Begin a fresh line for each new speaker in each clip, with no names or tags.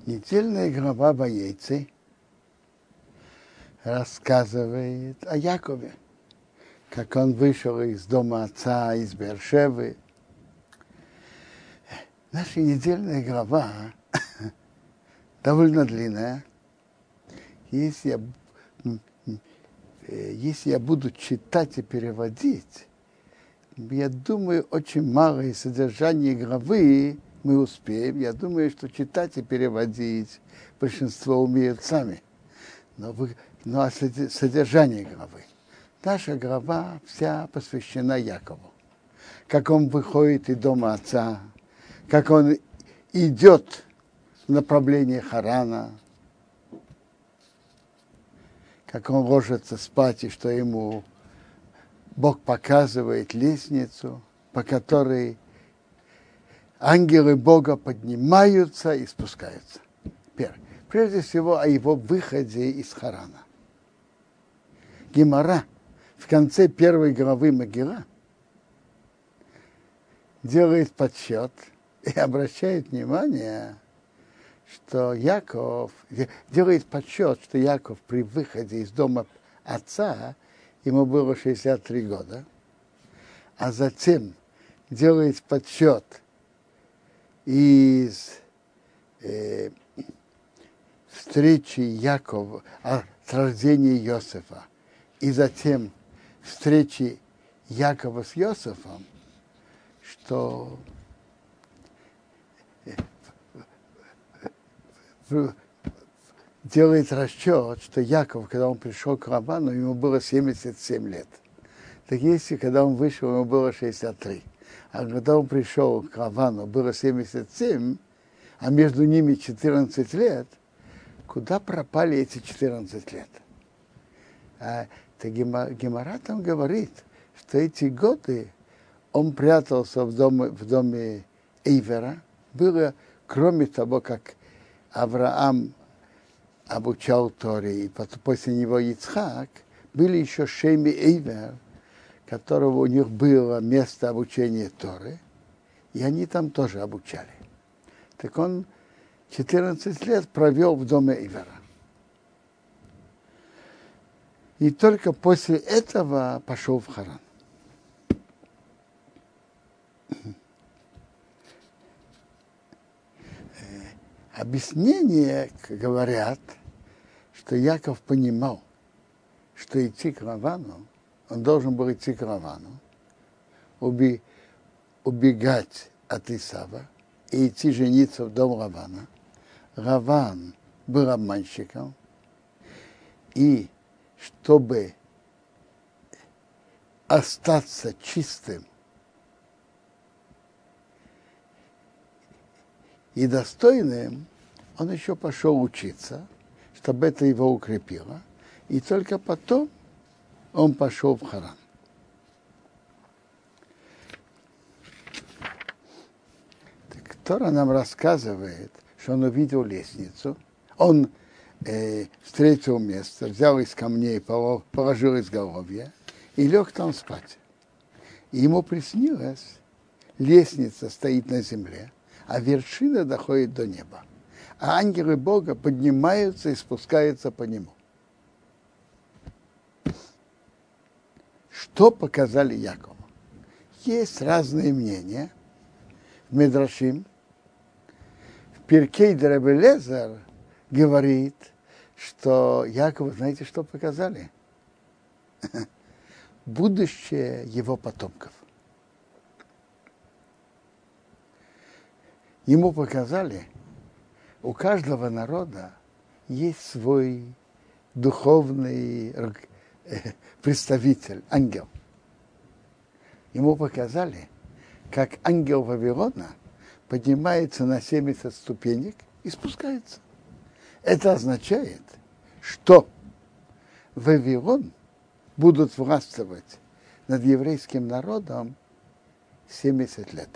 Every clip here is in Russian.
Недельная глава Ваейци рассказывает о Якове, как он вышел из дома отца, из Бершевы. Наша недельная глава довольно длинная. Если я буду читать и переводить, я думаю, очень малое содержание главы мы успеем. Я думаю, что читать и переводить большинство умеют сами. Но содержание главы. Наша глава вся посвящена Якову. Как он выходит из дома отца, как он идет в направлении Харана, как он ложится спать, и что ему Бог показывает лестницу, по которой ангелы Бога поднимаются и спускаются. Прежде всего, о его выходе из Харана. Гемара в конце первой главы Мегила делает подсчет и обращает внимание, что Яков делает подсчет, что Яков при выходе из дома отца ему было 63 года, а затем делает подсчет из встречи Якова, от рождения Иосифа, и затем встречи Якова с Иосифом, что делает расчет, что Яков, когда он пришел к Лавану, ему было 77 лет. Так если, когда он вышел, ему было 63. А когда он пришел к Лавану, было 77, а между ними 14 лет, куда пропали эти 14 лет? Гемара там говорит, что эти годы он прятался в доме Эйвера. Было, кроме того, как Авраам обучал Торе, и после него Ицхак, были еще Шем и Эйвер, которого у них было место обучения Торы, и они там тоже обучали. Так он 14 лет провел в доме Эйвера. И только после этого пошел в Харан. Объяснения говорят, что Яков понимал, что идти к Лавану, он должен был идти к Лавану, убегать от Исава и идти жениться в дом Лавана. Лаван был обманщиком, и чтобы остаться чистым и достойным, он еще пошел учиться, чтобы это его укрепило, и только потом он пошел в Харан. Так Тора нам рассказывает, что он увидел лестницу, он встретил место, взял из камней, положил изголовье и лег там спать. И ему приснилось, лестница стоит на земле, а вершина доходит до неба. А ангелы Бога поднимаются и спускаются по нему. Что показали Якову? Есть разные мнения. В Мидрашим, в Пиркей де Рабби Элиэзер говорит, что Якову, знаете, что показали? Будущее его потомков. Ему показали, у каждого народа есть свой духовный представитель, ангел. Ему показали, как ангел Вавилона поднимается на 70 ступенек и спускается. Это означает, что Вавилон будут властвовать над еврейским народом 70 лет.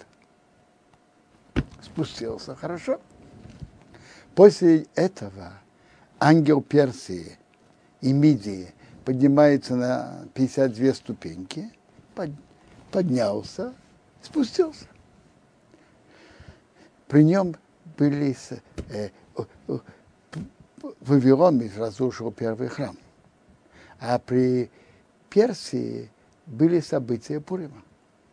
Спустился, хорошо. После этого ангел Персии и Мидии поднимается на 52 ступеньки, поднялся, спустился. При нем были Вавилон ведь разрушил первый храм. А при Персии были события Пурима.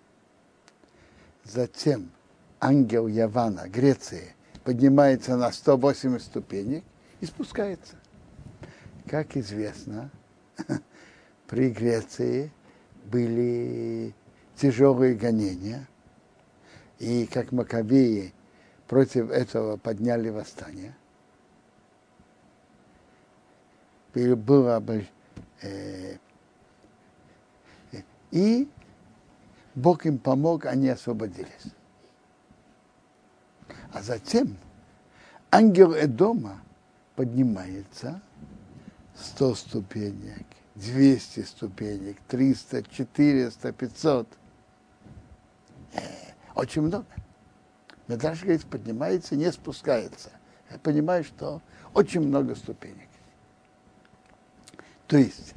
Затем ангел Явана, Греции, поднимается на 180 ступенек и спускается. Как известно, при Греции были тяжелые гонения, и как Маккабеи против этого подняли восстание. И Бог им помог, они освободились. А затем ангел Эдома поднимается 100 ступенек, 200 ступенек, 300, 400, 500. Очень много. Медраш говорит, поднимается, не спускается. Я понимаю, что очень много ступенек. То есть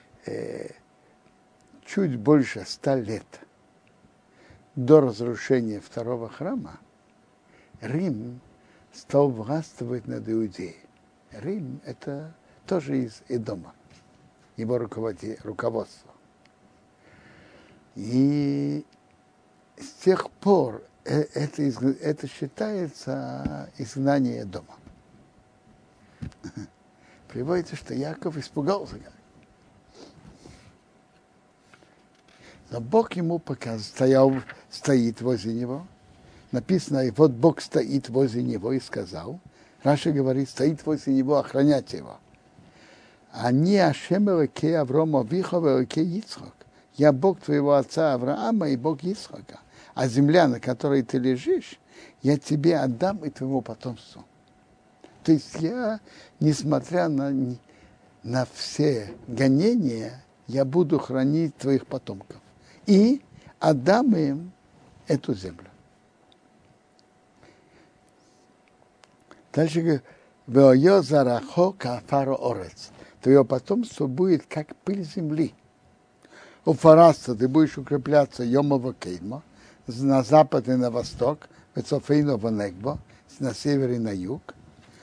чуть больше 100 лет до разрушения второго храма Рим стал властвовать над Иудеей. Рим – это тоже из Эдома, его руководство. И с тех пор это считается изгнание Эдома. Приводится, что Яков испугался. Но Бог ему показал, стоит возле него. Написано, и вот Бог стоит возле него и сказал. Раша говорит, стоит возле него, охранять его. Они Ашем Элокей Аврома Авиха Элокей Йицхак. Я Бог твоего отца Авраама и Бог Йицхака. А земля, на которой ты лежишь, я тебе отдам и твоему потомству. То есть я, несмотря на все гонения, я буду хранить твоих потомков. И отдам им эту землю. Дальше говорит, твое потомство будет как пыль земли. У Фараста ты будешь укрепляться Йомова Кейма, на запад и на восток, Вецофейно Ванегбо, на север и на юг.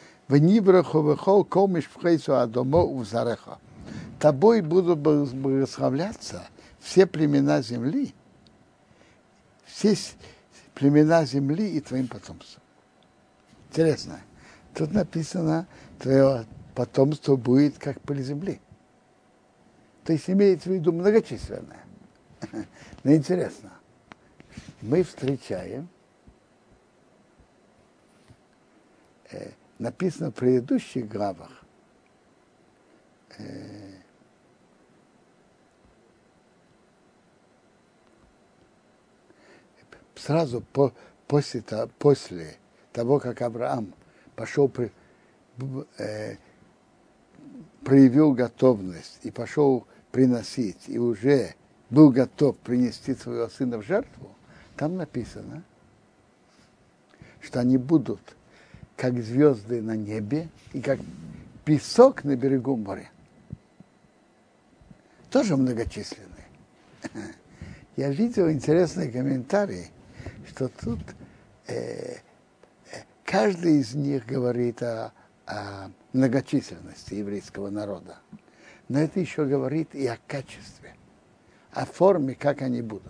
Тобой будут благословляться все племена земли, все племена земли и твоим потомством. Интересно. Тут написано, твое потомство будет как пыль земли. То есть имеется в виду многочисленное. Но интересно. Мы встречаем, написано в предыдущих главах, сразу после того, как Авраам пошел, проявил готовность и пошел приносить, и уже был готов принести своего сына в жертву, там написано, что они будут как звезды на небе и как песок на берегу моря. Тоже многочисленные. Я видел интересный комментарий, что тут каждый из них говорит о многочисленности еврейского народа. Но это еще говорит и о качестве, о форме, как они будут.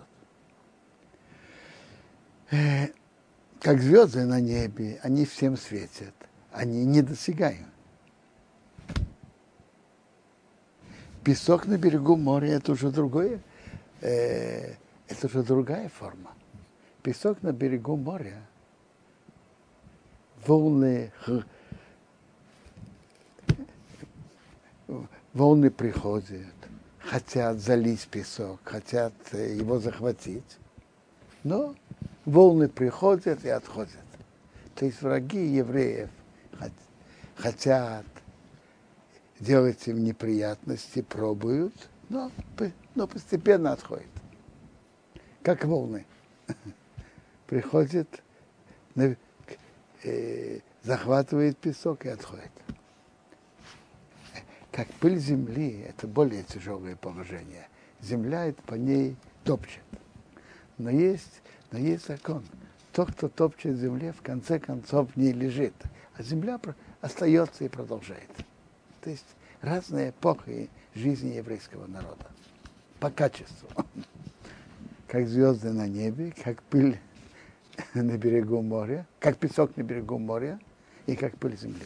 Как звезды на небе, они всем светят, они недосягаемы. Песок на берегу моря – это уже другая форма. Песок на берегу моря, волны приходят, хотят залить песок, хотят его захватить, но волны приходят и отходят. То есть враги евреев хотят делать им неприятности, пробуют, но постепенно отходят. Как волны. Приходит, захватывает песок и отходит. Как пыль земли, это более тяжелое положение. Земля это по ней топчет. Но есть закон. Тот, кто топчет в земле, в конце концов в ней лежит. а земля остается и продолжает. То есть разные эпохи жизни еврейского народа по качеству. Как звезды на небе, как пыль на берегу моря, как песок на берегу моря и как пыль земли.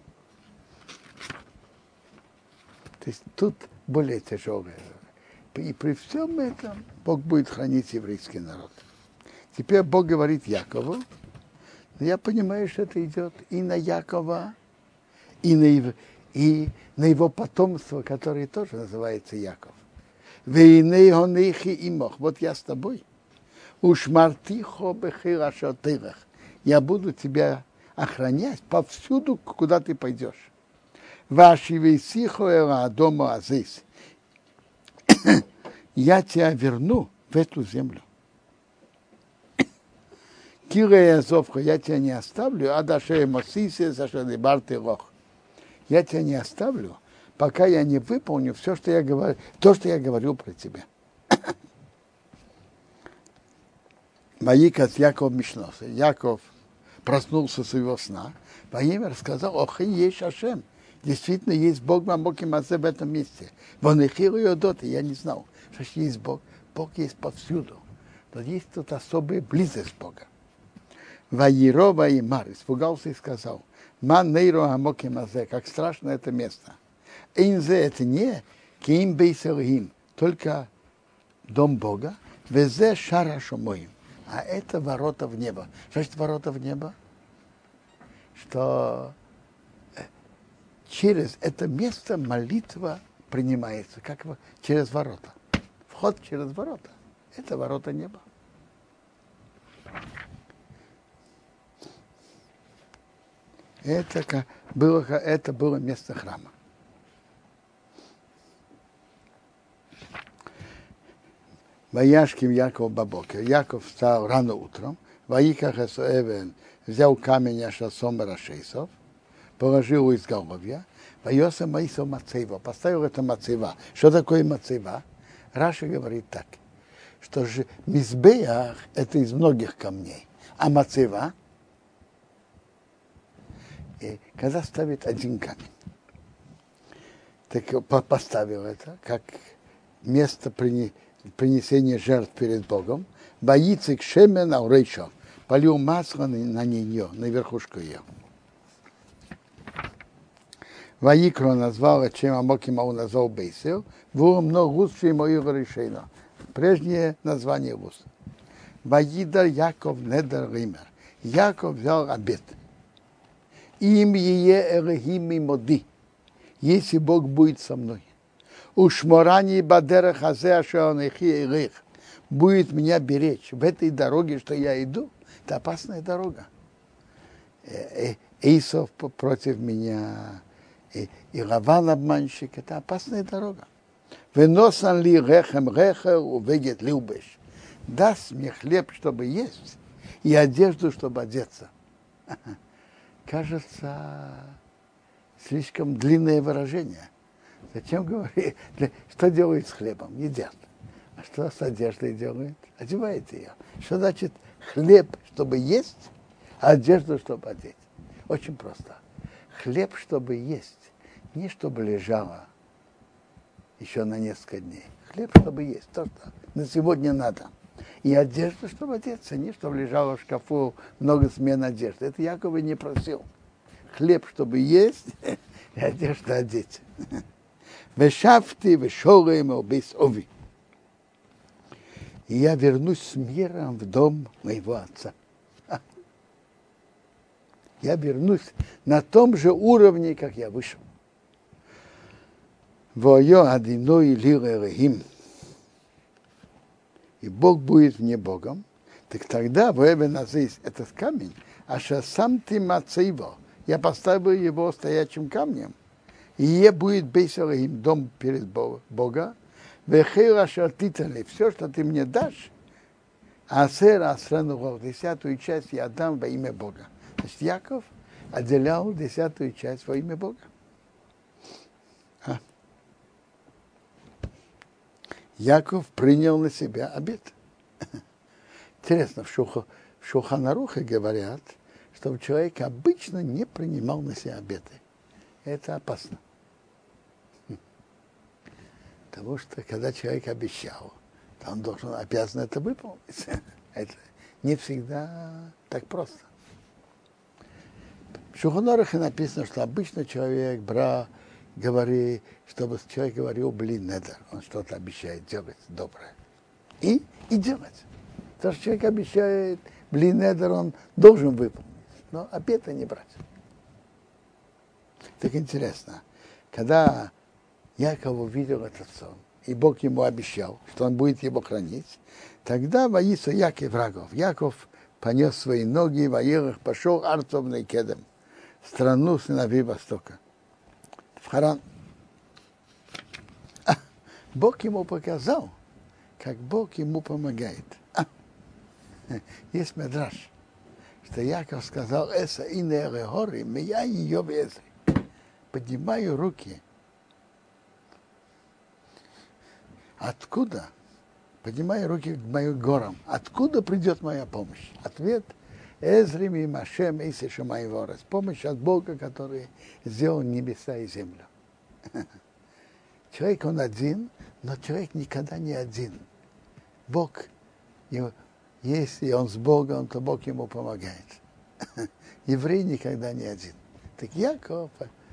То есть тут более тяжелое. И при всем этом Бог будет хранить еврейский народ. Теперь Бог говорит Якову, но я понимаю, что это идет и на Якова, и на его потомство, которое тоже называется Яков. Вот я с тобой. Я буду тебя охранять повсюду, куда ты пойдешь. Я тебя верну в эту землю. Я тебя не оставлю, я тебя не оставлю, пока я не выполню все, что я говорю, то, что я говорю про тебя. Маикас Яков Мишноса. Яков проснулся с своего сна. Ваимер сказал, ох, есть Ашем. Действительно, есть Бог Мамоки Мазе в этом месте. Вон их доты, я не знал, что есть Бог. Бог есть повсюду. Но есть тут особая близость Бога. Ваиро Ваимар испугался и сказал, Ман Нейро Амоки Мазе, как страшно это место. Эйнзе это не Киим Бейсалихим, только дом Бога. Везе Шара Шомоим. А это ворота в небо. Что значит ворота в небо? Что через это место молитва принимается, как через ворота. Вход через ворота. Это ворота неба. Это было место храма. Ваяшким Яков Бабокер. Яков встал рано утром. Ваиках Эсоэвен взял камень Ашасом Рашейсов, положил у изголовья. Вайоса Маисо Мацеева. Поставил это Мацеева. Что такое Мацеева? Раши говорит так, что же Мизбеях это из многих камней, а Мацеева когда ставит один камень. Так поставил это как место принесения жертв перед Богом. Боится к шемен аурейшо. Полил масло на нее, на верхушку ее. Ваикро назвал, чем Амоки Мау назвал Бейсел. Было много гусшей моего решения. Прежнее название гус. Ваидар Яков Недер Ример. Яков взял обет. Им ее эрехими моди. Если Бог будет со мной. Ушморани бадера хазе ашаонехи эрих. Будет меня беречь в этой дороге, что я иду. Это опасная дорога. Эйсов против меня. И Раван обманщик. Это опасная дорога. Веносан ли рехем рехер увегет любеш. Даст мне хлеб, чтобы есть, и одежду, чтобы одеться. Кажется, слишком длинное выражение. Зачем говорить? Что делают с хлебом? Едят. А что с одеждой делают? Одевает ее. Что значит хлеб, чтобы есть, а одежду, чтобы одеть? Очень просто. Хлеб, чтобы есть, не чтобы лежало еще на несколько дней. Хлеб, чтобы есть, то, что на сегодня надо. И одежда, чтобы одеться, не чтобы лежало в шкафу много смен одежды. Это Яков и не просил. Хлеб, чтобы есть, и одежду одеть. Вешафти, вешореем, без ови. И я вернусь с миром в дом моего отца. Я вернусь на том же уровне, как я вышел. Войо адиной лиререхим. И Бог будет мне Богом. Так тогда в Эбен-Азис этот камень, аша сам ты мацеево, я поставил его стоячим камнем, и я будет бейсалахим, дом перед Бога, вехейра шартитали, все, что ты мне дашь, асер асранухов, 10-ю часть я дам во имя Бога. Значит, Яков отделял 10-ю часть во имя Бога. Яков принял на себя обет. Интересно, в Шулхан Арухе говорят, чтобы человек обычно не принимал на себя обеты. Это опасно. Потому что когда человек обещал, то он обязан это выполнить. Это не всегда так просто. В Шулхан Арухе написано, что обычно человек говорит, чтобы человек говорил блин недер, он что-то обещает делать доброе. И делать. То, что человек обещает блин недер, он должен выполнить. Но обета не брать. Так интересно, когда Яков увидел этот сон, и Бог ему обещал, что он будет его хранить, тогда воится Яков врагов. Яков понес свои ноги, воелах, пошел Арцовный Кедем, страну сыновей Востока, в Харан. Бог ему показал, как Бог ему помогает. Есть медраш, что Яков сказал: «Эса ине регори, я ее везри». Поднимаю руки. Откуда? Поднимаю руки к моим горам. Откуда придет моя помощь? Ответ: Эзрим и Машем и Сешамай Ворес. Помощь от Бога, который сделал небеса и землю. Человек, он один, но человек никогда не один. Бог, если он с Богом, то Бог ему помогает. Еврей никогда не один. Так Яков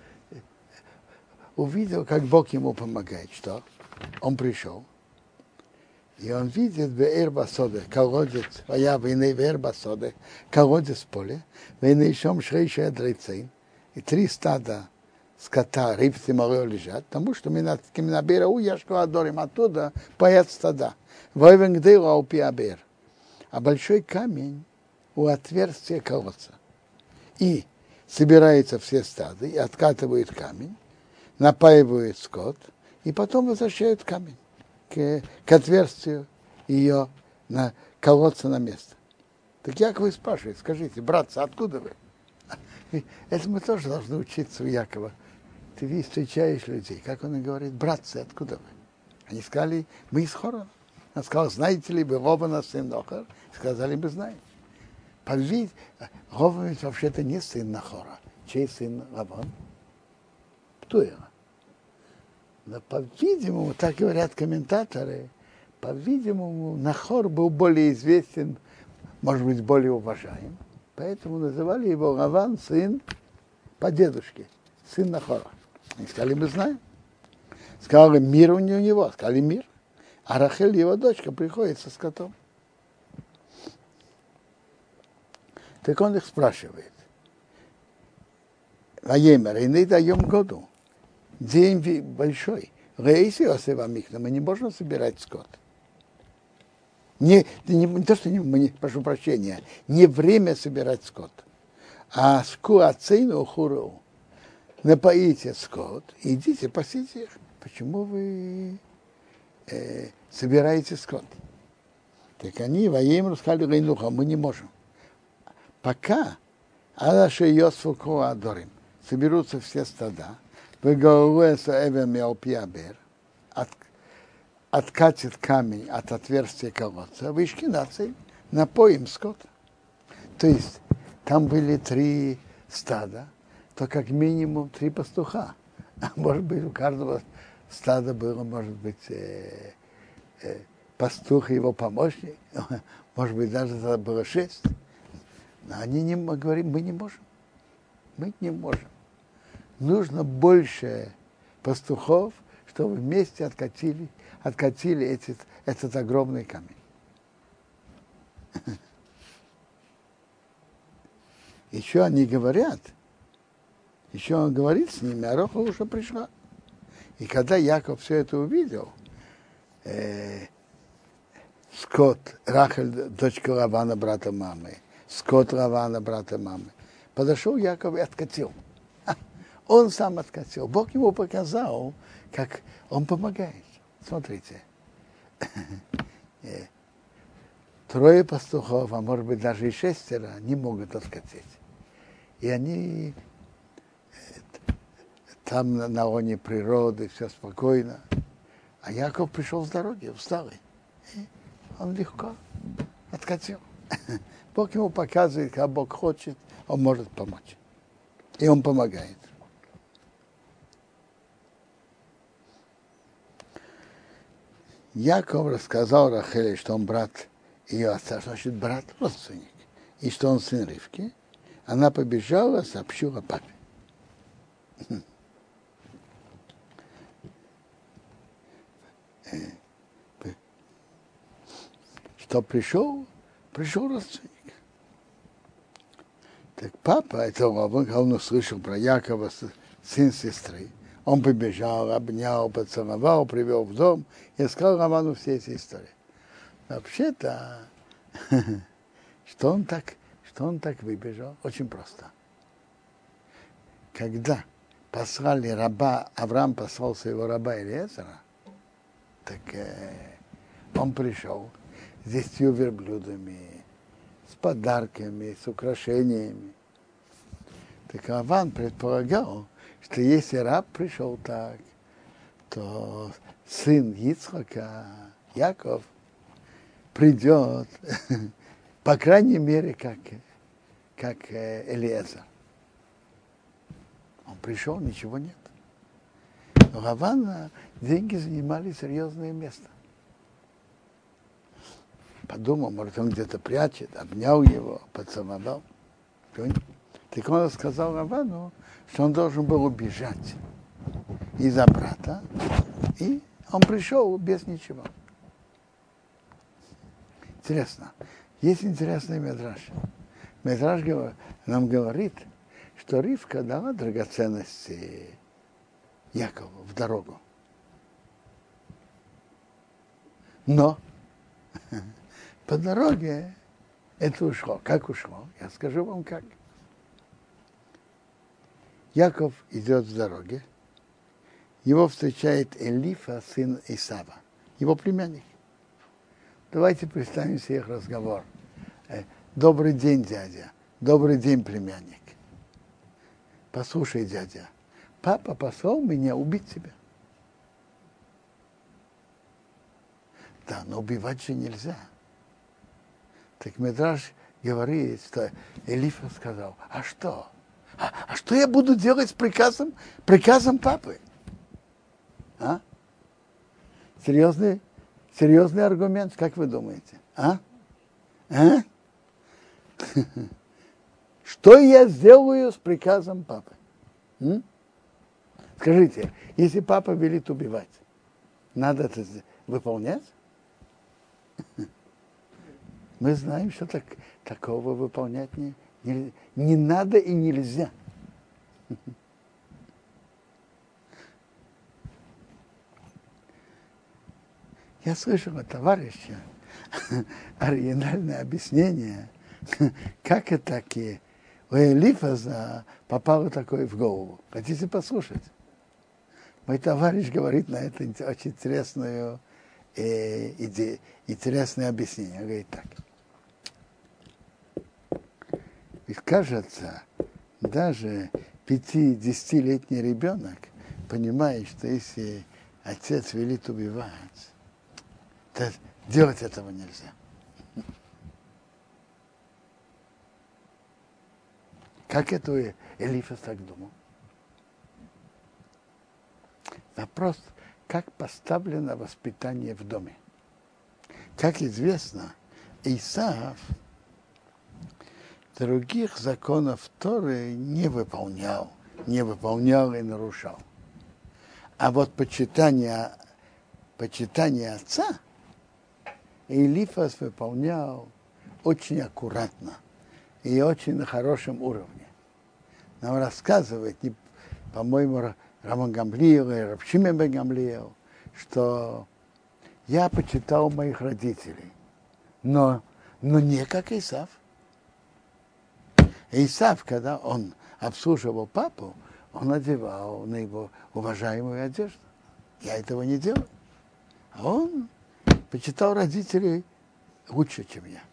увидел, как Бог ему помогает. Что? Он пришел, и он видит Веэр Басоде, колодец, Веэр Басоде, колодец в поле, Вейнейшом Шрейшая Дрейцейн, и 3 стада скота, рыбцы малые лежат, потому что Минабера у Яшко Адорим, оттуда поят стада. Войвен Гдейлу Аупи Абер, а большой камень у отверстия колодца. И собираются все стады, и откатывают камень, напаивают скот, и потом возвращают камень к отверстию ее на колодца на место. Так Яков и спрашивает: скажите, братцы, откуда вы? Это мы тоже должны учиться у Якова. Ты встречаешь людей, как он и говорит: братцы, откуда вы? Они сказали: мы из Хорона. Он сказал: знаете ли вы Рована, сын Нохор? Сказали: мы знаем. Рован ведь вообще-то не сын Нахора. Чей сын Равон? Птуэра. Но, по-видимому, так говорят комментаторы, по-видимому, Нахор был более известен, может быть, более уважаем, поэтому называли его Раван, сын по дедушке, сын Нахора. Они сказали: мы знаем. Сказали: мир у него, сказали: мир. А Рахель, его дочка, приходит со скотом. Так он их спрашивает: Ваемер, и не даем году. День большой. Рейси осевамихна, мы не можем собирать скот. Не то, что прошу прощения, не время собирать скот. А скуацейну хуру. Напоите скот, идите пасите их. Почему вы собираете скот? Так они воем сказали: рейнуха, мы не можем. Пока Алаши Йосфу Коадорим соберутся все стада, откатит камень от отверстия колодца, вышки нации, напоим скота. То есть там были 3 стада, то как минимум 3 пастуха. А может быть, у каждого стада было, может быть, пастух и его помощник, может быть, даже тогда было 6. Но они говорим: мы не можем. Мы не можем. Нужно больше пастухов, чтобы вместе откатили этот огромный камень. Еще они говорят, еще он говорит с ними, а Роха уже пришла. И когда Яков все это увидел, скот, Рахель, дочка Лавана, брата мамы, скот Лавана, брата мамы, подошел Яков и откатил. Он сам откатил. Бог ему показал, как он помогает. Смотрите. 3 пастухов, а может быть даже и 6, не могут откатить. И они там на лоне природы, все спокойно. А Яков пришел с дороги, усталый. И он легко откатил. Бог ему показывает, как Бог хочет, он может помочь. И он помогает. Яков рассказал Рахеле, что он брат ее отца, значит, брат родственник, и что он сын Ривки. Она побежала, сообщила папе. Что пришел родственник. Так папа, это он услышал про Якова, сын сестры. Он побежал, обнял, поцеловал, привел в дом и сказал Лавану все эти истории. Вообще-то, что он так выбежал? Очень просто. Когда послали раба, Авраам послал своего раба Элиезера, так он пришел с 10 верблюдами, с подарками, с украшениями. Так Лаван предполагал, что если раб пришел так, то сын Ицхака, Яков, придет, по крайней мере, как Элиезер. Он пришел, ничего нет. У Лавана деньги занимали серьезное место. Подумал, может, он где-то прячет, обнял его, поцеловал. Так он сказал Лавану, что он должен был убежать из-за брата, и он пришел без ничего. Интересно. Есть интересный мидраш. Мидраш нам говорит, что Ривка дала драгоценности Якову в дорогу. Но по дороге это ушло. Как ушло? Я скажу вам как. Яков идет в дороге, его встречает Элифа, сын Исава, его племянник. Давайте представим себе их разговор. Добрый день, дядя. Добрый день, племянник. Послушай, дядя, папа послал меня убить тебя. Да, но убивать же нельзя. Так Мидраш говорит, что Элифа сказал, а что? А что я буду делать с приказом папы? А? Серьезный аргумент, как вы думаете? А? Что я сделаю с приказом папы? Скажите, если папа велит убивать, надо это выполнять? Мы знаем, что такого выполнять не надо и нельзя. Я слышал от товарища оригинальное объяснение, как это таки у Элифаза попало такое в голову. Хотите послушать? Мой товарищ говорит на это очень интересное объяснение. Он говорит так. Ведь кажется, даже 5-10-летний ребенок понимает, что если отец велит убивать, то делать этого нельзя. Как это Элифаз так думал? Вопрос, как поставлено воспитание в доме. Как известно, Исав других законов Торы не выполнял и нарушал. А вот почитание отца Элифаз выполнял очень аккуратно и очень на хорошем уровне. Нам рассказывает, по-моему, Рамон Гамлиэл и Рав Шимон бен Гамлиэл, что я почитал моих родителей, но не как Исав. Исав, когда он обслуживал папу, он одевал на его уважаемую одежду. Я этого не делаю. А он почитал родителей лучше, чем я.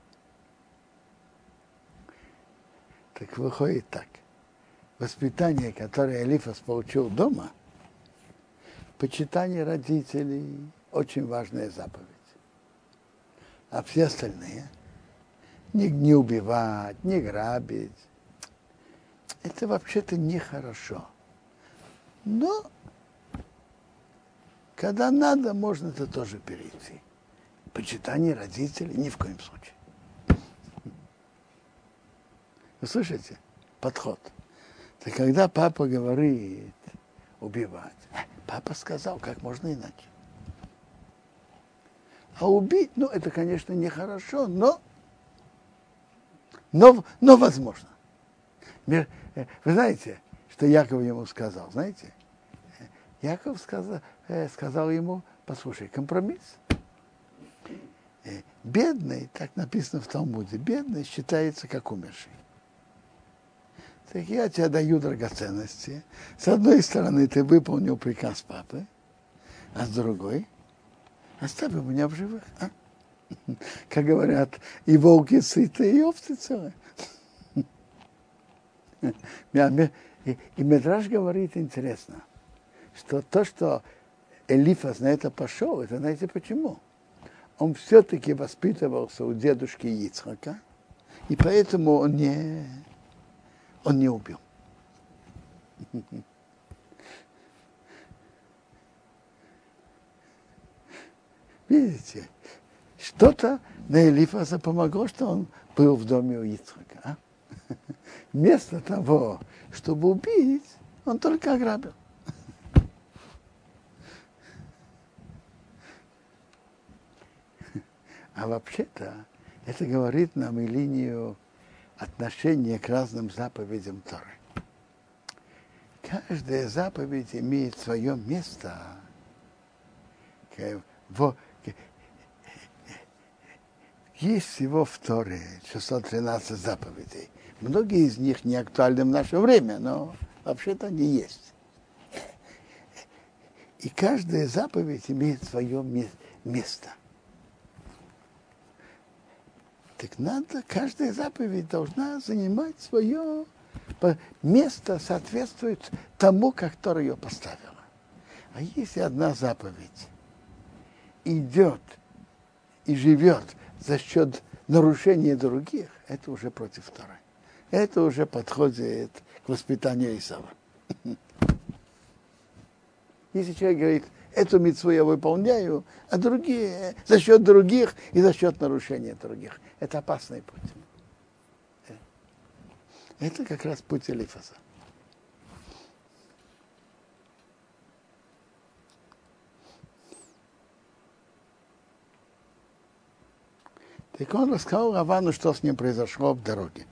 Так выходит так. Воспитание, которое Элифаз получил дома, почитание родителей – очень важная заповедь. А все остальные – не убивать, не грабить, это вообще-то нехорошо. Но когда надо, можно это тоже перейти. Почитание родителей ни в коем случае. Вы слышите? Подход. Так когда папа говорит убивать, папа сказал, как можно иначе. А убить, ну, это, конечно, нехорошо, но возможно. Вы знаете, что Яков ему сказал, знаете? Яков сказал ему, послушай, компромисс. Бедный, так написано в Талмуде, бедный считается как умерший. Так я тебе даю драгоценности. С одной стороны, ты выполнил приказ папы, а с другой, оставь меня в живых. А? Как говорят, и волки сыты, и овцы целые. И Мидраш говорит интересно, что то, что Элифаз на это пошел, это знаете почему? Он все-таки воспитывался у дедушки Ицхака, и поэтому он не убил. Видите, что-то на Элифаза помогло, что он был в доме у Ицхака. А? Вместо того, чтобы убить, он только ограбил. А вообще-то это говорит нам и линию отношения к разным заповедям Торы. Каждая заповедь имеет свое место. Есть всего в Торе 613 заповедей. Многие из них не актуальны в наше время, но вообще-то они есть. И каждая заповедь имеет свое место. Так надо, каждая заповедь должна занимать свое место, соответствует тому, как Тора ее поставила. А если одна заповедь идет и живет за счет нарушения других, это уже против Торы. Это уже подходит к воспитанию Исава. Если человек говорит, эту мицву я выполняю, а другие за счет других и за счет нарушения других. Это опасный путь. Это как раз путь Элифаза. Так он рассказал Лавану, что с ним произошло в дороге.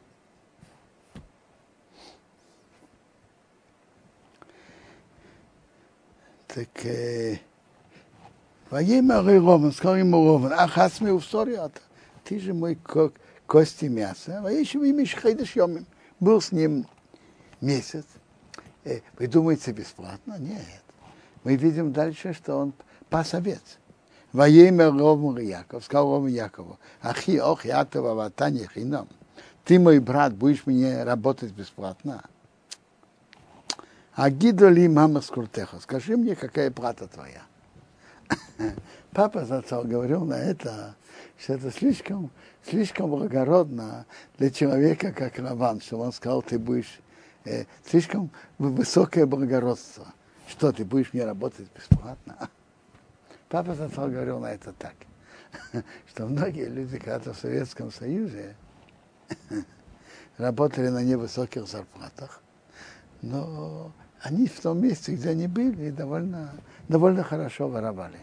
Так во имя Рован, сказал ему Рован, ахасми увсориата, ты же мой кости мяса, а еще вы имеешь хайдаш йомим. Был с ним месяц. Вы думаете, бесплатно? Нет. Мы видим дальше, что он пас овец. Во имя Рован Яков, сказал Рован Якову, ахи ох ятова ватани хинам, ты, мой брат, будешь мне работать бесплатно? А гидоли мама скрутеха, скажи мне, какая плата твоя? Папа зацал говорил на это, что это слишком благородно для человека, как Раван, что он сказал, ты будешь слишком высокое благородство. Что, ты будешь мне работать бесплатно? Папа зацал говорил на это так, что многие люди, когда-то в Советском Союзе, работали на невысоких зарплатах, но они в том месте, где они были, довольно хорошо воровали.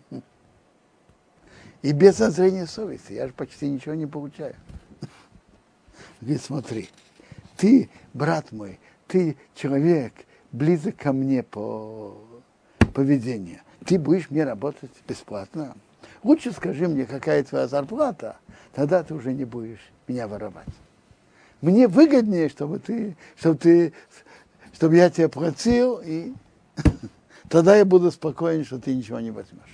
И без зазрения совести. Я же почти ничего не получаю. Говорит, смотри, ты, брат мой, ты человек близок ко мне по поведению. Ты будешь мне работать бесплатно. Лучше скажи мне, какая твоя зарплата, тогда ты уже не будешь меня воровать. Мне выгоднее, чтобы я тебе платил, и тогда я буду спокоен, что ты ничего не возьмешь.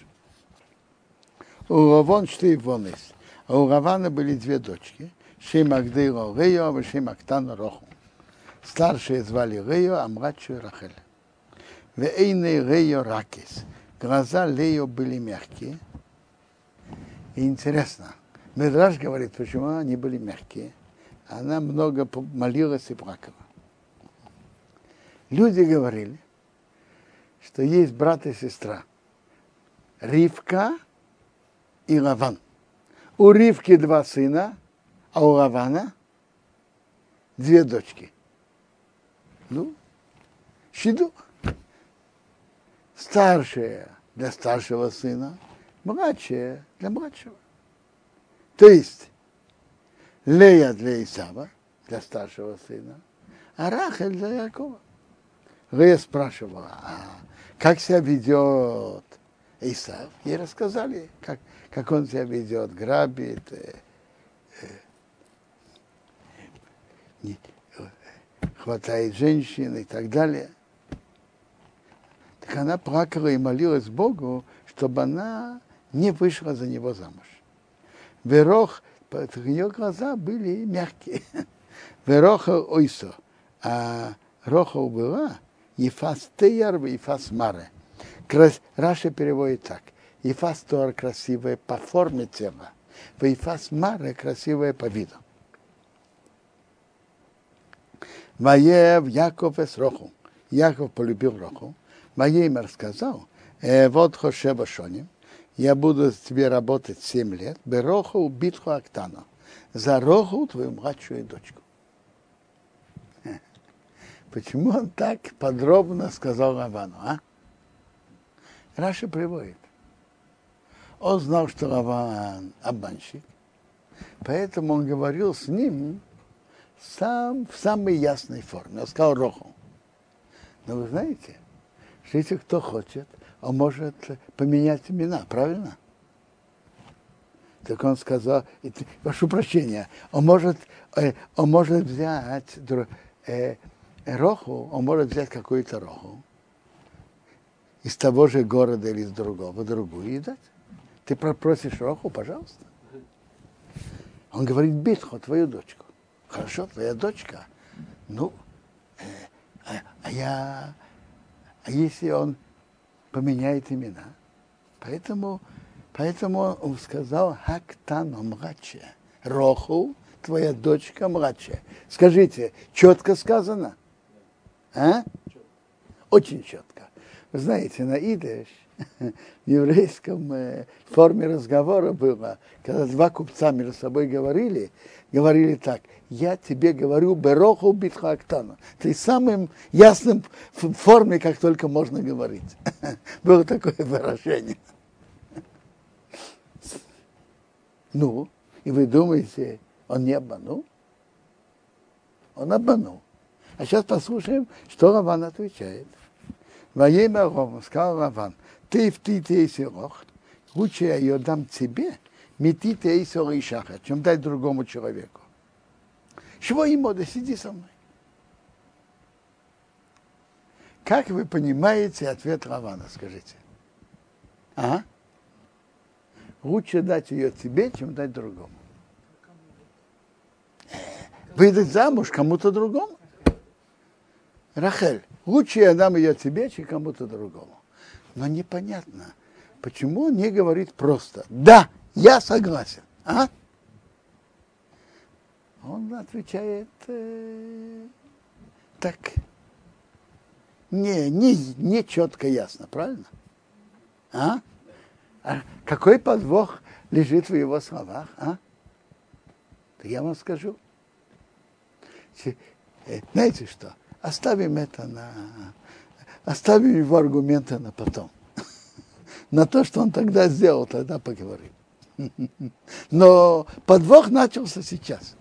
У Равон штей вон есть. А у Равана были две дочки. Шем Агдейла Рею, а Шем Актана Роху. Старшие звали Рею, а младшую Рахель. Вейны Рею Ракис. Глаза Лею были мягкие. И интересно, Мидраш говорит, почему они были мягкие. Она много молилась и плакала. Люди говорили, что есть брат и сестра. Ривка и Лаван. У Ривки 2 сына, а у Лавана 2 дочки. Ну, щедух. Старшая для старшего сына, младшая для младшего. То есть Лея для Исава, для старшего сына, а Рахель для Якова. Лея спрашивала, как себя ведет Исав? Ей рассказали, как он себя ведет, грабит, хватает женщин и так далее. Так она плакала и молилась Богу, чтобы она не вышла за него замуж. Верох, ее глаза были мягкие. Вероха ойсо, а Роха была Ефас Теяр и Ефас Маре. Раша переводит так. Ефас Теяр красивая по форме тела, Ефас Маре красивая по виду. Ваев Яков эс Роху. Яков полюбил Роху. Ваейм рассказал, вот Хошеба Шоним, я буду тебе работать 7 лет, Бероху убитху Актану, за Роху твою младшую дочку. Почему он так подробно сказал Лавану, а? Раша приводит. Он знал, что Лаван обманщик, поэтому он говорил с ним в самой ясной форме. Он сказал Роху. Но вы знаете, что если кто хочет, он может поменять имена, правильно? Так он сказал, прошу прощения, он может взять Роху, он может взять какую-то Роху из того же города или из другого, другую и дать. Ты просишь Роху, пожалуйста. Он говорит, Битху, твою дочку. Хорошо, твоя дочка. Ну, а если он поменяет имена? Поэтому он сказал, Хактану младшая. Роху, твоя дочка младшая. Скажите, четко сказано? А? Очень четко. Вы знаете, на идиш, в еврейском форме разговора было, когда 2 купца между собой говорили так, я тебе говорю, Бероху битха актана. То есть самым ясным форме, как только можно говорить. Было такое выражение. Ну, и вы думаете, он не обманул? Он обманул. А сейчас послушаем, что Лаван отвечает. Воемя Рову, сказал Лаван, ты в Рох, лучше я ее дам тебе, метите эйсор и шаха, чем дать другому человеку. Чего ему, да сиди со мной. Как вы понимаете ответ Лавана, скажите? А? Лучше дать ее тебе, чем дать другому. Выдать замуж кому-то другому. Рахель, лучше я дам ее тебе, чем кому-то другому. Но непонятно, почему он не говорит просто «да, я согласен». А? Он отвечает так, не четко ясно, правильно? А какой подвох лежит в его словах? А? Так я вам скажу. Знаете что? Оставим его аргументы на потом. На то, что он тогда сделал, тогда поговорим. Но подвох начался сейчас.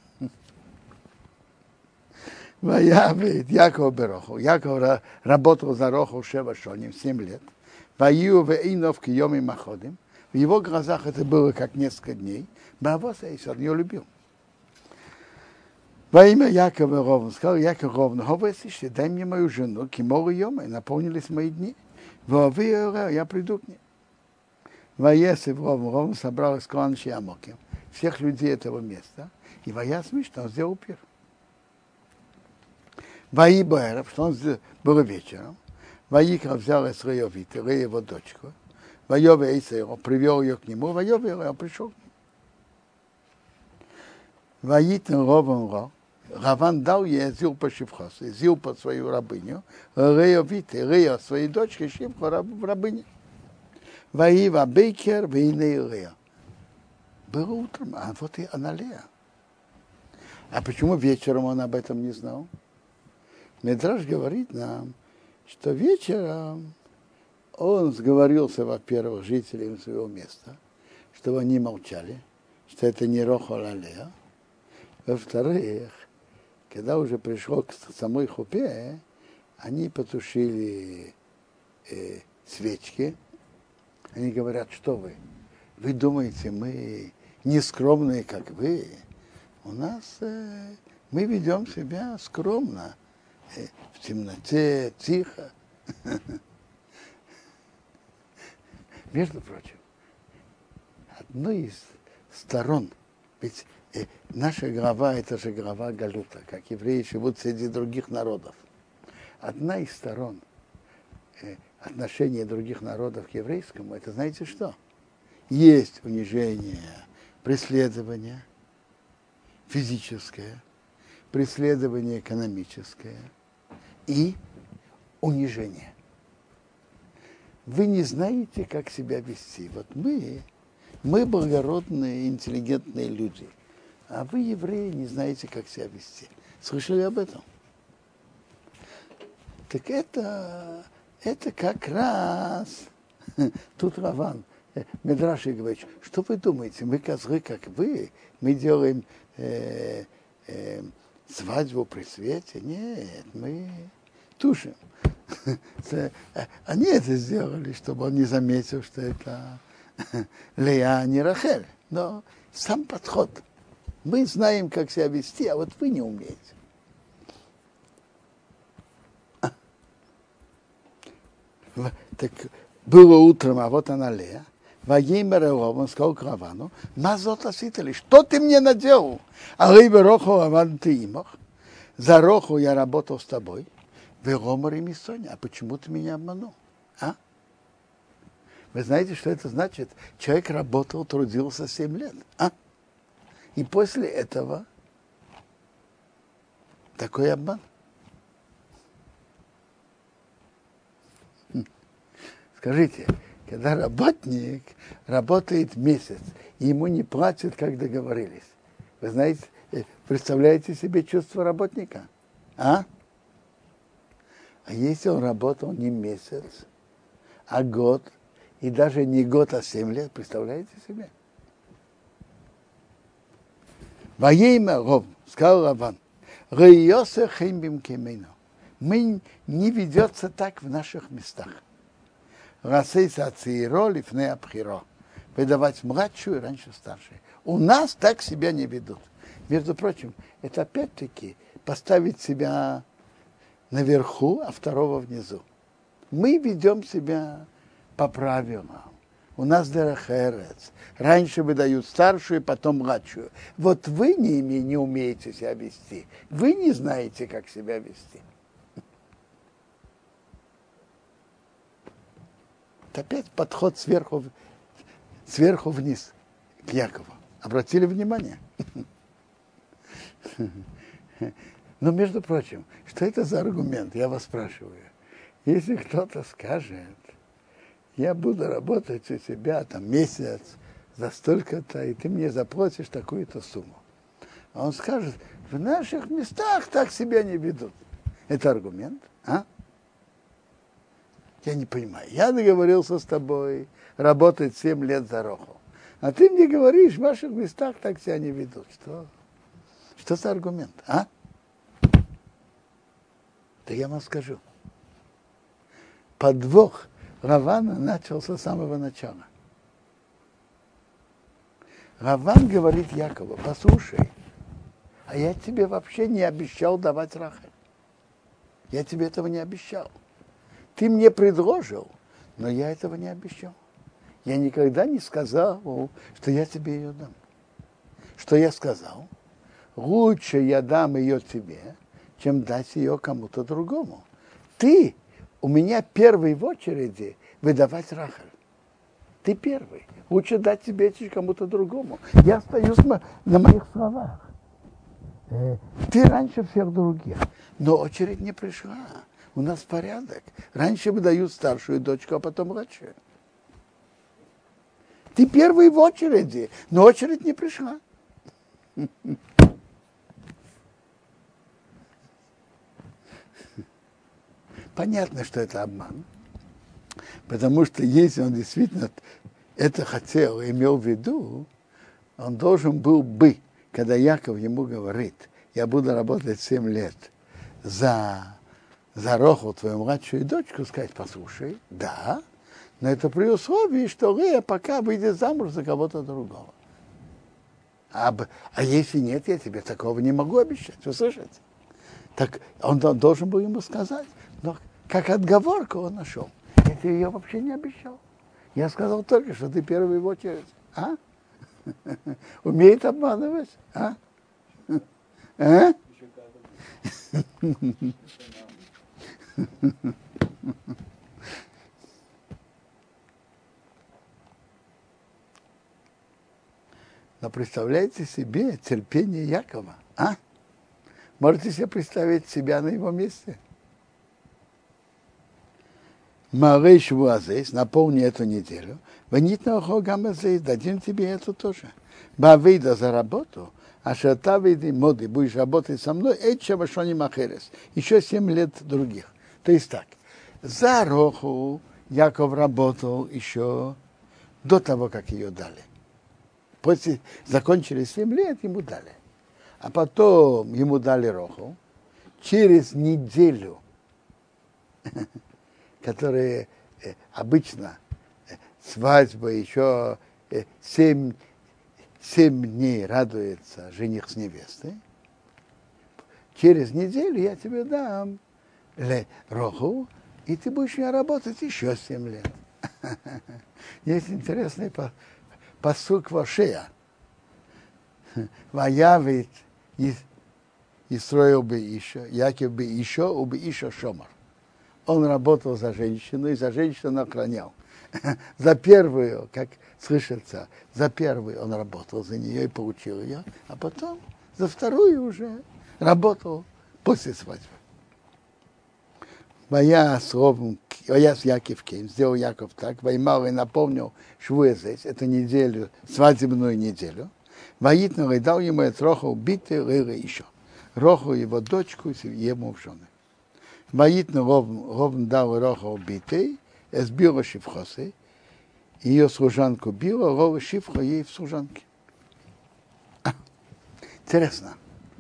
Яков Бероху. Яков работал за Роху 7 лет. В его глазах это было как несколько дней. Бавос он ее любил. Во имя Якова Ровна, сказал Яков Ровна, если дай мне мою жену, кимору йома, и наполнились мои дни. Я приду к ней. Воесив Ровна собрал из кланчи Амоки, всех людей этого места, и воясми, что он сделал пир. Вои Боэров, что он было вечером, Воикра взял Эсреевита, его дочку, Воеве Эйсеро, привел ее к нему, Воеве он пришел к нему. Воитен Ровен Ро, Раван дал ей Зилпа Шивхос, Зилпа свою рабыню, Рея Вите, Рея своей дочке, Шивху рабыне. Ваива Бейкер, Вейне Рея. Было утром, а вот и она Лея. А почему вечером он об этом не знал? Мидраш говорит нам, что вечером он сговорился, во-первых, жителям своего места, чтобы они молчали, что это не Рохоль а Лея. Во-вторых, когда уже пришло к самой хупе, они потушили свечки. Они говорят, что вы думаете, мы не скромные, как вы? У нас мы ведем себя скромно, в темноте, тихо. Между прочим, одной из сторон, ведь наша глава, это же глава Галута, как евреи живут среди других народов. Одна из сторон отношения других народов к еврейскому, это знаете что? Есть унижение, преследование физическое, преследование экономическое и унижение. Вы не знаете, как себя вести. Вот мы благородные, интеллигентные люди, а вы, евреи, не знаете, как себя вести. Слышали об этом? Так это как раз тут Раван, Мидраш говорит, что вы думаете, мы козлы, как вы, мы делаем свадьбу при свете? Нет, мы тушим. Они это сделали, чтобы он не заметил, что это Лея, а не Рахель. Но сам подход. Мы знаем, как себя вести, а вот вы не умеете. Так было утром, а вот она Лея. Вагимер Элов, он сказал к Равану, «Мазот аситали, что ты мне наделал? А рыбы Роху Раван ты имах. За Роху я работал с тобой. Веромар и Миссоня. А почему ты меня обманул? А? Вы знаете, что это значит? Человек работал, трудился 7 лет. А? И после этого такой обман. Скажите, когда работник работает месяц, и ему не платят, как договорились, вы знаете, представляете себе чувство работника? А? А если он работал не месяц, а год, и даже не год, а 7 лет, представляете себе? Воейма Ров, сказал Раван, Рейосе хеймбим кемейно. Мы не ведется так в наших местах. Расейса ациро лифне абхиро. Выдавать младшую раньше старшей. У нас так себя не ведут. Между прочим, это опять-таки поставить себя наверху, а второго внизу. Мы ведем себя по правилам. У нас дерехерец. Раньше выдают старшую, потом младшую. Вот вы не умеете себя вести. Вы не знаете, как себя вести. Это опять подход сверху вниз к Якову. Обратили внимание? Но, между прочим, что это за аргумент, я вас спрашиваю. Если кто-то скажет, я буду работать у тебя там месяц за столько-то, и ты мне заплатишь такую-то сумму. А он скажет, в наших местах так себя не ведут. Это аргумент, а? Я не понимаю. Я договорился с тобой работать 7 лет за Роху. А ты мне говоришь, в ваших местах так себя не ведут. Что за аргумент, а? Да я вам скажу. Подвох Равана начался с самого начала. Раван говорит Якову, послушай, а я тебе вообще не обещал давать Рахель. Я тебе этого не обещал. Ты мне предложил, но я этого не обещал. Я никогда не сказал, что я тебе ее дам. Что я сказал? Лучше я дам ее тебе, чем дать ее кому-то другому. Ты у меня первый в очереди выдавать Рахель. Ты первый. Лучше дать тебе, чем кому-то другому. Я остаюсь на моих словах. Ты раньше всех других. Но очередь не пришла. У нас порядок. Раньше выдают старшую дочку, а потом младшую. Ты первый в очереди, но очередь не пришла. Понятно, что это обман. Потому что если он действительно это хотел, имел в виду, он должен был бы, когда Яков ему говорит, я буду работать 7 лет за Роху, твою младшую дочку, сказать, послушай, да, но это при условии, что Лея пока выйдет замуж за кого-то другого. А если нет, я тебе такого не могу обещать, вы слышите? Так он должен был ему сказать, но как отговорку он нашел. Я тебе ее вообще не обещал. Я сказал только, что ты первый в очередь. А? Умеет обманывать? А? А? Но представляете себе терпение Якова, а? Можете себе представить себя на его месте? Марей Швуазейс, напомни эту неделю. Ванитна Хогамазейс, дадим тебе эту тоже. Бавейда за работу, а шатавейды моды, будешь работать со мной, эча вашони махерес. Еще 7 лет других. То есть так, за Роху Яков работал еще до того, как ее дали. После закончили 7 лет, ему дали. А потом ему дали Роху. Через неделю, которая обычно свадьба, еще 7 дней радуется жених с невестой. Через неделю я тебе дам Роху, и ты будешь у меня работать еще 7 лет. Есть интересный пасук Вошея. Ваявит Исроил бы еще, Яков бы еще Шомар. Он работал за женщину, и за женщину охранял. За первую, как слышится, за первую он работал за нее и получил ее, а потом за вторую уже работал после свадьбы. Ваяс Яков Кейм, сделал Яков так, Ваймал и напомнил Швуэзэс, эту неделю, свадебную неделю. Ваитнер и дал ему от Роху убитый Рыра еще. Роху его дочку ему в жены. Ваитнер ровно дал Роху убитый, сбила Шифхосы, ее служанку била, Рова Шифха ей в служанке. Интересно.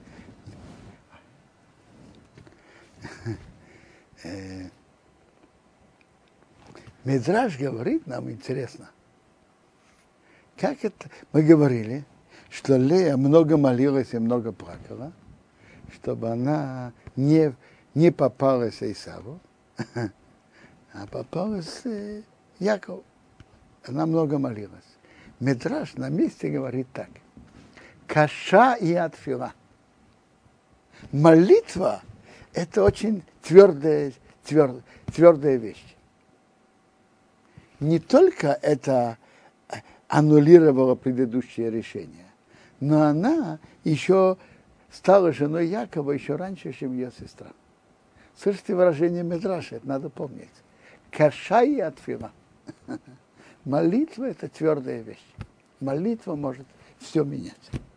Мидраш говорит нам, интересно, как это, мы говорили, что Лея много молилась и много плакала, чтобы она не попалась Исаву, а попалась Якову. Она много молилась. Мидраш на месте говорит так. Каша и атфила. Молитва – это очень твердая вещь. Не только это аннулировало предыдущее решение, но она еще стала женой Якова еще раньше, чем ее сестра. Слышите выражение Мидраша, это надо помнить. Каша и атфила. Молитва – это твердая вещь. Молитва может все менять.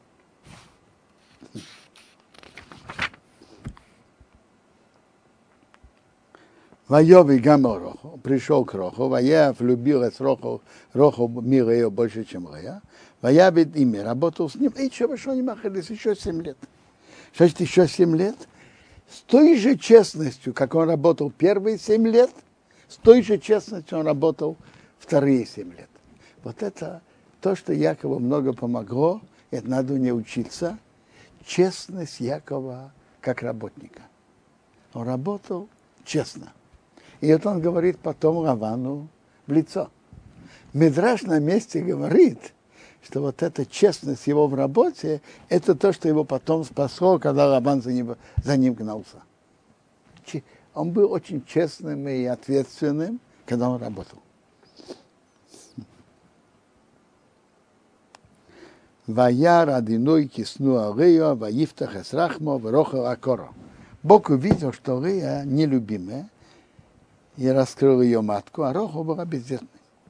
Вайови гамал Роху, пришел к Роху, Вая влюбилась Роху мира ее больше, чем Лея. Вая ведь ими работал с ним, и что не махались еще 7 лет. Значит, еще 7 лет. С той же честностью, как он работал первые 7 лет, с той же честностью он работал вторые 7 лет. Вот это то, что Якову много помогло, это надо не учиться. Честность Якова как работника. Он работал честно. И это он говорит потом Лавану в лицо. Мидраш на месте говорит, что вот эта честность его в работе, это то, что его потом спасло, когда Лаван за ним гнался. Он был очень честным и ответственным, когда он работал. Ваяр адиной кисну арея, ваифтах эсрахмо, врохал акоро. Бог увидел, что Рея нелюбимая, и раскрыл ее матку, а Рохал была бездетной.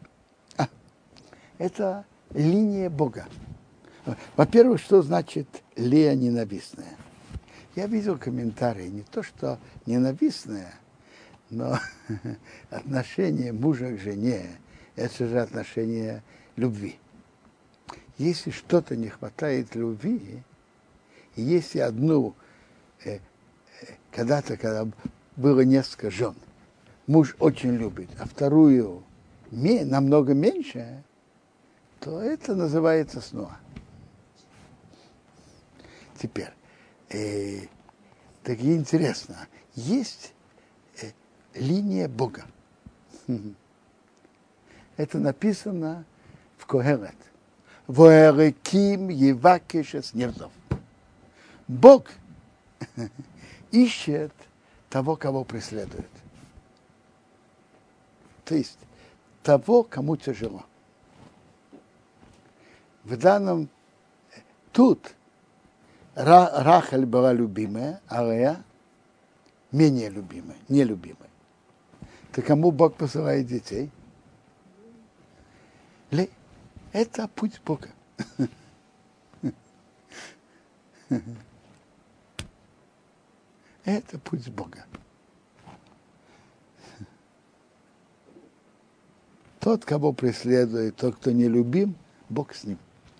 Это линия Бога. Во-первых, что значит Лея ненавистная? Я видел комментарии, не то что ненавистная, но отношение мужа к жене, это же отношение любви. Если что-то не хватает любви, и если одну, когда было несколько жен, муж очень любит, а вторую намного меньше, то это называется снуа. Теперь, так интересно, есть линия Бога. Это написано в Когелет. Воэреким евакешес нерзов. Бог ищет того, кого преследует. То есть того, кому тяжело. В данном тут Рахель была любимая, а Лея менее любимая, нелюбимая. Так кому Бог посылает детей? Это путь Бога. Это путь Бога. Тот, кого преследует, тот, кто не любим, Бог с ним.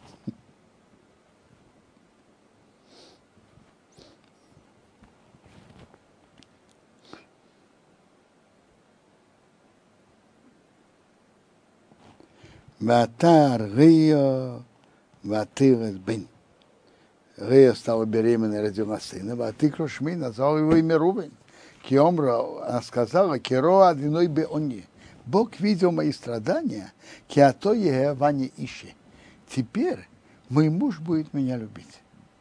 Ватар Рио, Ватирес Бен. Рио стала беременной, родила сына. Ватикро Шми назвал его имя Рувен. Киомра, она сказала, Киро одиной беонье. Бог видел мои страдания, киато егевани ищи. Теперь мой муж будет меня любить.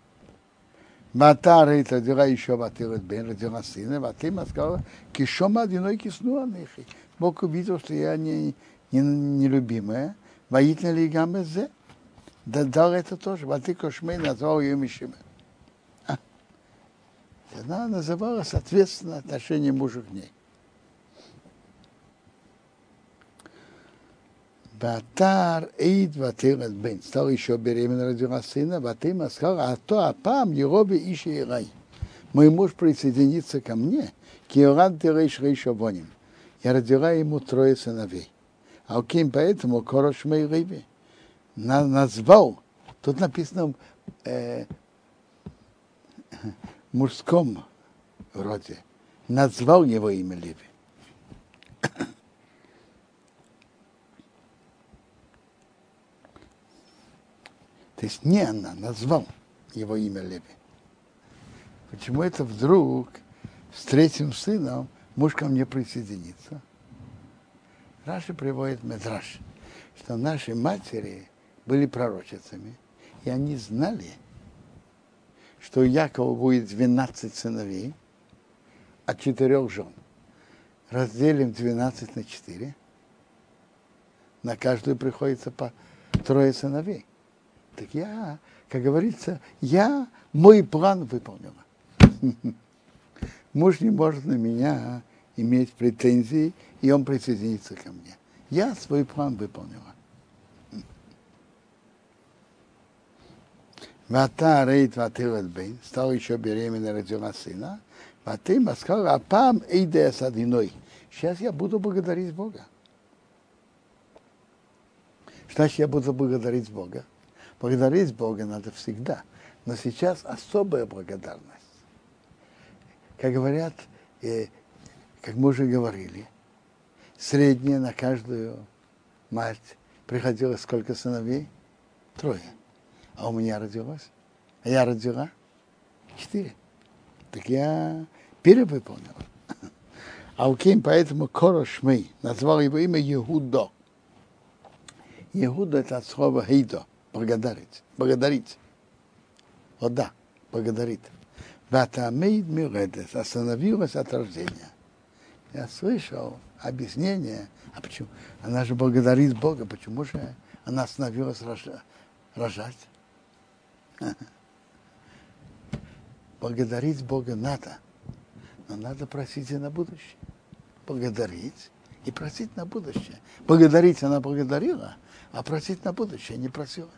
Ватар Рио родила еще Ватирес Бен, родила сына. Ватима сказала, Кишома одиной кисну анехи. Бог увидел, что я нелюбимая. Воитна ли гамезе? Дал это тоже. Ватикро Шмей назвал ее Мишима. Она называла, соответственно, отношение мужа к ней. Батар Эйд Ватирес Бен. Стал еще беременна, родила сына. Ватима сказала, апам Ероби Иши Ирай. Мой муж присоединится ко мне. Киоран Терейш Рейшавоним. Я родила ему 3 сыновей. Алким поэтому Корош Мейриби назвал, тут написано в мужском роде, назвал его имя Леви. То есть не она, назвал его имя Леви. Почему это вдруг с 3 сыном муж ко мне присоединится? Раши приводит Медраш, что наши матери были пророчицами, и они знали, что у Якова будет 12 сыновей от 4 жен. Разделим 12 на 4. На каждую приходится по 3 сыновей. Так я, как говорится, мой план выполнила. Муж не может на меня иметь претензии, и он присоединится ко мне. Я свой план выполнила. Вата рейт ватилет бейн, стал еще беременной, родила сына. Ватима сказала, апам эйде с одиной. Сейчас я буду благодарить Бога. Что значит я буду благодарить Бога? Благодарить Бога надо всегда, но сейчас особая благодарность. Как говорят, как мы уже говорили, средняя на каждую мать приходилось сколько сыновей? 3. А у меня родилось? А я родила 4. Так я перевыполнила. Алким, поэтому Корошмей назвал его имя Егудо. Егудо это от слова хейдо, благодарить. Благодарить. Вот да, благодарит. Ватамейд миредес, остановилась от рождения. Я слышал объяснение, а почему? Она же благодарит Бога, почему же она остановилась рожать? Благодарить Бога надо, но надо просить и на будущее. Благодарить и просить на будущее. Благодарить она благодарила, а просить на будущее не просила.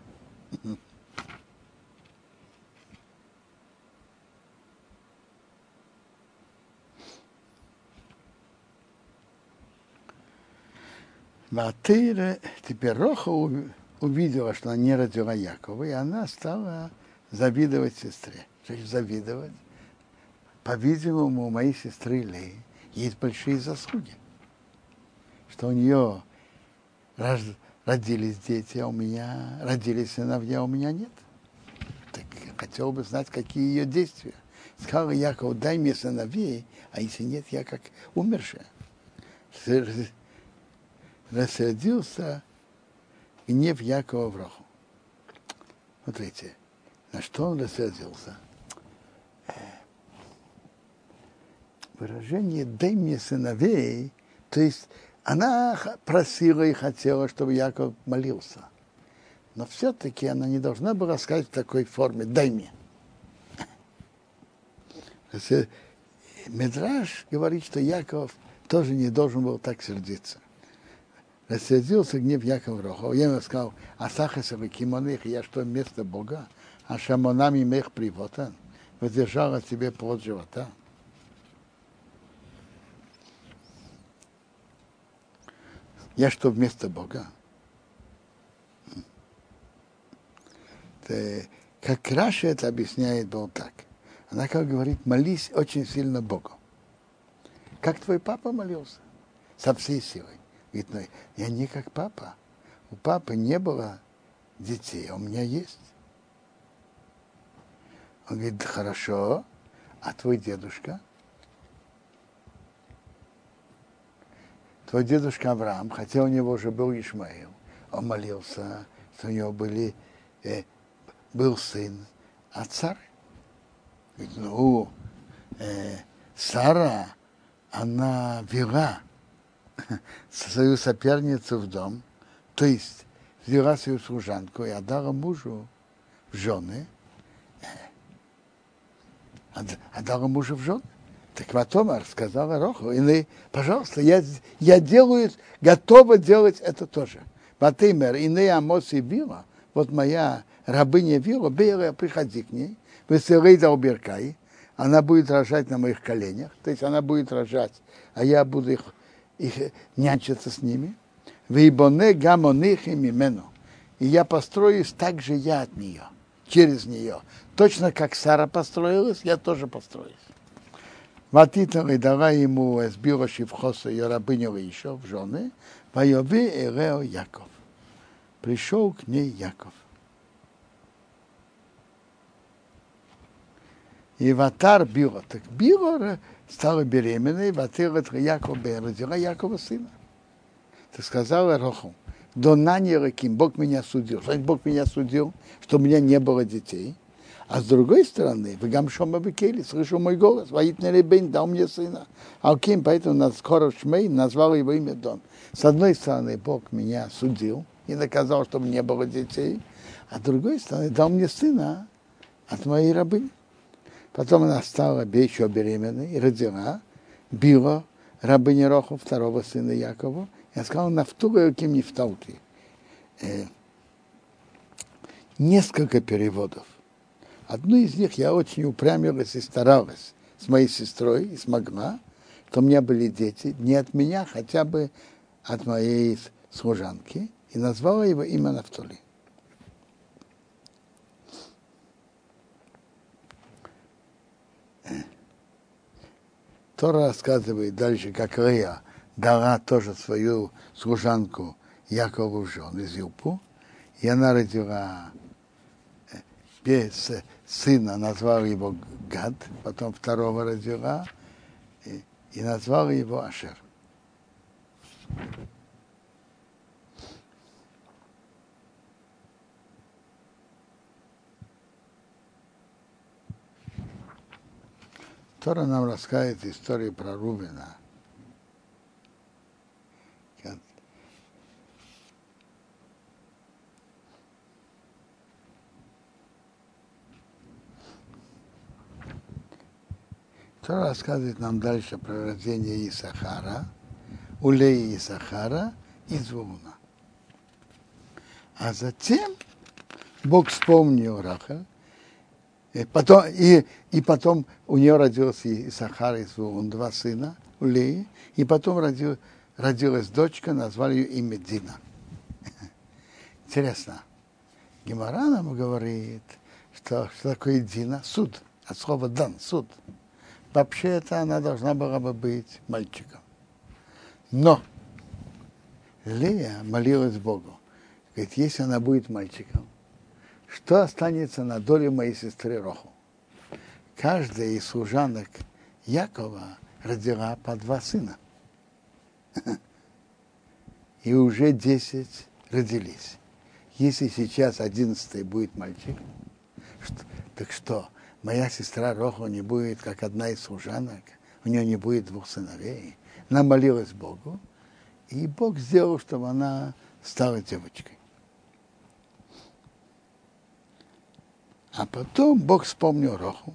Ватыра, теперь Роха увидела, что она не родила Якова, и она стала завидовать сестре. Что значит завидовать? По-видимому, у моей сестры Леи есть большие заслуги, что у нее родились дети, а у меня родились сыновья, а у меня нет. Так я хотел бы знать, какие ее действия. Сказал Яков: дай мне сыновей, а если нет, я как умершая. Рассердился гнев Якова в Роху. Смотрите, на что он рассердился? Выражение «дай мне сыновей», то есть она просила и хотела, чтобы Яков молился. Но все-таки она не должна была сказать в такой форме «дай мне». Мидраш говорит, что Яков тоже не должен был так сердиться. Рассердился гнев Якова Роха. Я ему сказал: Асахасова кимоних, я что, вместо Бога? А шамонами мех привота, воздержал от себе плод живота. Я что, вместо Бога? Как Раши это объясняет, был так. Она как говорит: молись очень сильно Богу. Как твой папа молился? Со всей силой. Говорит: ну, я не как папа. У папы не было детей, а у меня есть. Он говорит: да хорошо, а твой дедушка? Твой дедушка Авраам, хотя у него уже был Ишмаил, он молился, что у него был сын от Сары. Говорит: ну, Сара, она вела свою соперницу в дом, то есть взяла свою служанку и отдала мужу в жены, в жены. Так потом сказала Роху: пожалуйста, я делаю, готова делать это тоже. Ватеймер, иные Амос и Вила, вот моя рабыня Вила, белая, приходи к ней, веселей да уберкай, она будет рожать на моих коленях, то есть она будет рожать, а я буду их нянчиться с ними. Вейбоне гамоних и мимену. И я построюсь так же я от нее, через нее. Точно как Сара построилась, я тоже построюсь. Ватитан и дала ему сбила Шивхоса, ее рабыню еще в жены, воеви Эрео Яков. Пришел к ней Яков. И Ватар Била. Так Била стала беременной, Ватар Яков родила Якова сына. Ты сказала Роху: Донани Раким, Бог меня судил. Что Бог меня судил, что у меня не было детей. А с другой стороны, вы гамшома бекели, слышал мой голос, воит Ребейн, дал мне сына. Алким, поэтому скоро Шмей назвал его имя Дон. С одной стороны, Бог меня судил и наказал, чтобы не было детей, а с другой стороны, дал мне сына от моей рабыни. Потом она стала еще беременной и родила, била рабыни Роху, второго сына Якова. Я сказал: Нафтуга кем не вталки. Несколько переводов. Одну из них я очень упрямилась и старалась с моей сестрой, и смогла, что у меня были дети, не от меня, хотя бы от моей служанки, и назвала его имя Нафтали. Тора рассказывает дальше, как Лея дала тоже свою служанку Якову в жены, Зилпу, и она родила без сына, назвала его Гад, потом второго родила и назвала его Ашер. Тора нам рассказывает историю про Рувена. Тора рассказывает нам дальше про рождение Исахара, у Леи Исахара и Звуна. А затем Бог вспомнил Рахель, потом у нее родился Исахар и Звун, два сына у Леи, и потом родилась дочка, назвали ее имя Дина. Интересно, Гемара нам говорит, что такое Дина? Суд, от слова дан, суд. Вообще-то она должна была бы быть мальчиком. Но Лея молилась Богу. Говорит, если она будет мальчиком, что останется на доле моей сестры Роху? Каждая из служанок Якова родила по 2 сына. И уже 10 родились. Если сейчас 11-й будет мальчик, так что, моя сестра Роху не будет, как одна из служанок, у нее не будет 2 сыновей. Она молилась Богу, и Бог сделал, чтобы она стала девочкой. А потом Бог вспомнил Роху,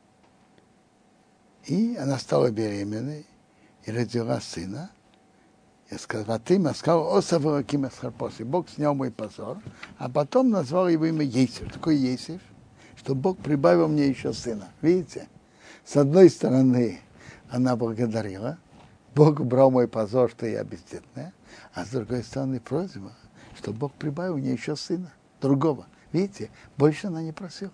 и она стала беременной, и родила сына. Я сказал, Осавараким Асхарпос, и Бог снял мой позор, а потом назвал его имя Ейсев. Такой Ейсев, что Бог прибавил мне еще сына. Видите? С одной стороны, она благодарила, Бог убрал мой позор, что я бездетная, а с другой стороны, просьба, что Бог прибавил мне еще сына, другого. Видите? Больше она не просила.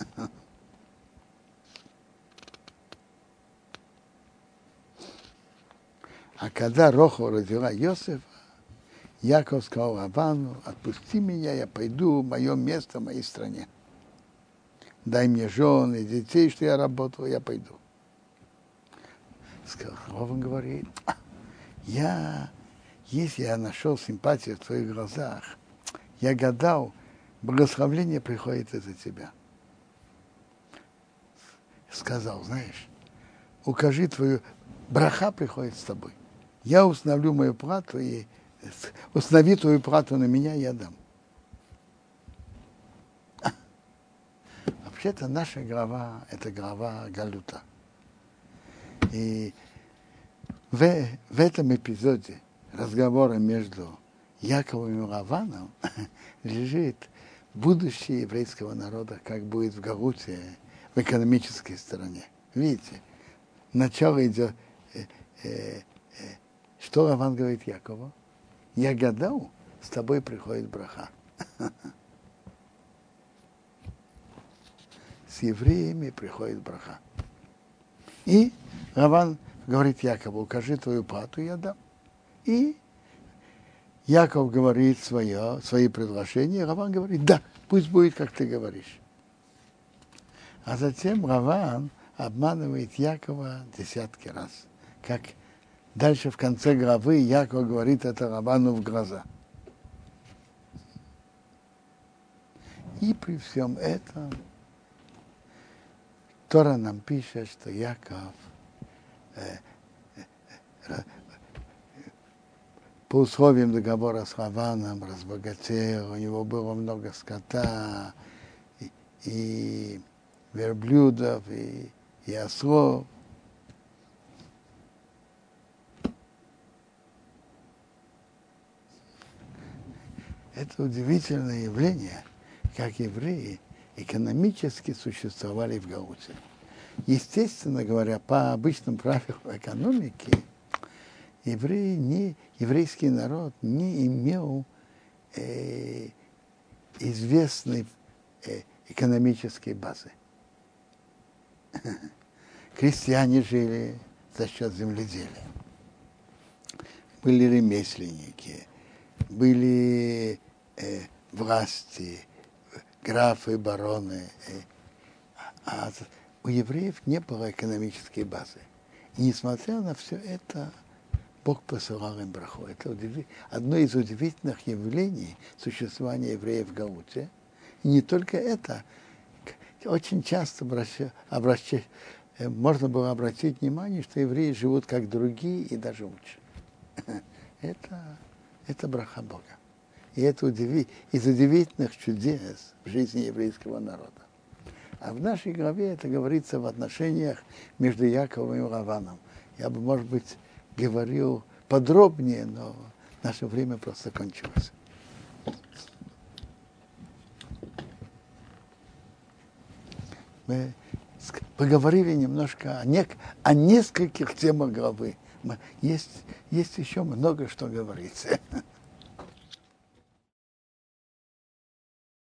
А когда Роху родила Йосефа, Яков сказал Лавану, отпусти меня, я пойду в мое место, в моей стране. Дай мне жен и детей, что я работал, я пойду. Лаван говорит, если я нашел симпатию в твоих глазах, я гадал, благословление приходит из-за тебя. Сказал, знаешь, укажи твою, браха приходит с тобой. Я установлю мою плату, и установи твою плату на меня, я дам. Вообще-то наша глава, это глава Галута. И в этом эпизоде разговора между Яковом и Лаваном лежит будущее еврейского народа, как будет в Галуте, в экономической стороне. Видите, начало идет... Что Лаван говорит Якову? Я гадал, с тобой приходит браха. С евреями приходит браха. И Лаван говорит Якову, укажи твою плату, я дам. И Яков говорит свои предложения, Лаван говорит, да, пусть будет, как ты говоришь. А затем Лаван обманывает Якова десятки раз, как дальше в конце главы Яков говорит это Лавану в глаза. И при всем этом Тора нам пишет, что Яков по условиям договора с Лаваном разбогател, у него было много скота и верблюдов, и ослов. Это удивительное явление, как евреи экономически существовали в Галуте. Естественно говоря, по обычным правилам экономики, еврейский народ не имел известной экономической базы. Крестьяне жили за счет земледелия. Были ремесленники, были власти, графы, бароны. А у евреев не было экономической базы. И несмотря на все это, Бог посылал им браху. Это одно из удивительных явлений существования евреев в Галуте. И не только это. Очень часто можно было обратить внимание, что евреи живут как другие и даже лучше. Это браха Бога. И это из удивительных чудес в жизни еврейского народа. А в нашей главе это говорится в отношениях между Яковом и Лаваном. Я бы, может быть, говорил подробнее, но наше время просто кончилось. Мы поговорили немножко о нескольких темах главы. Есть еще много что говорить.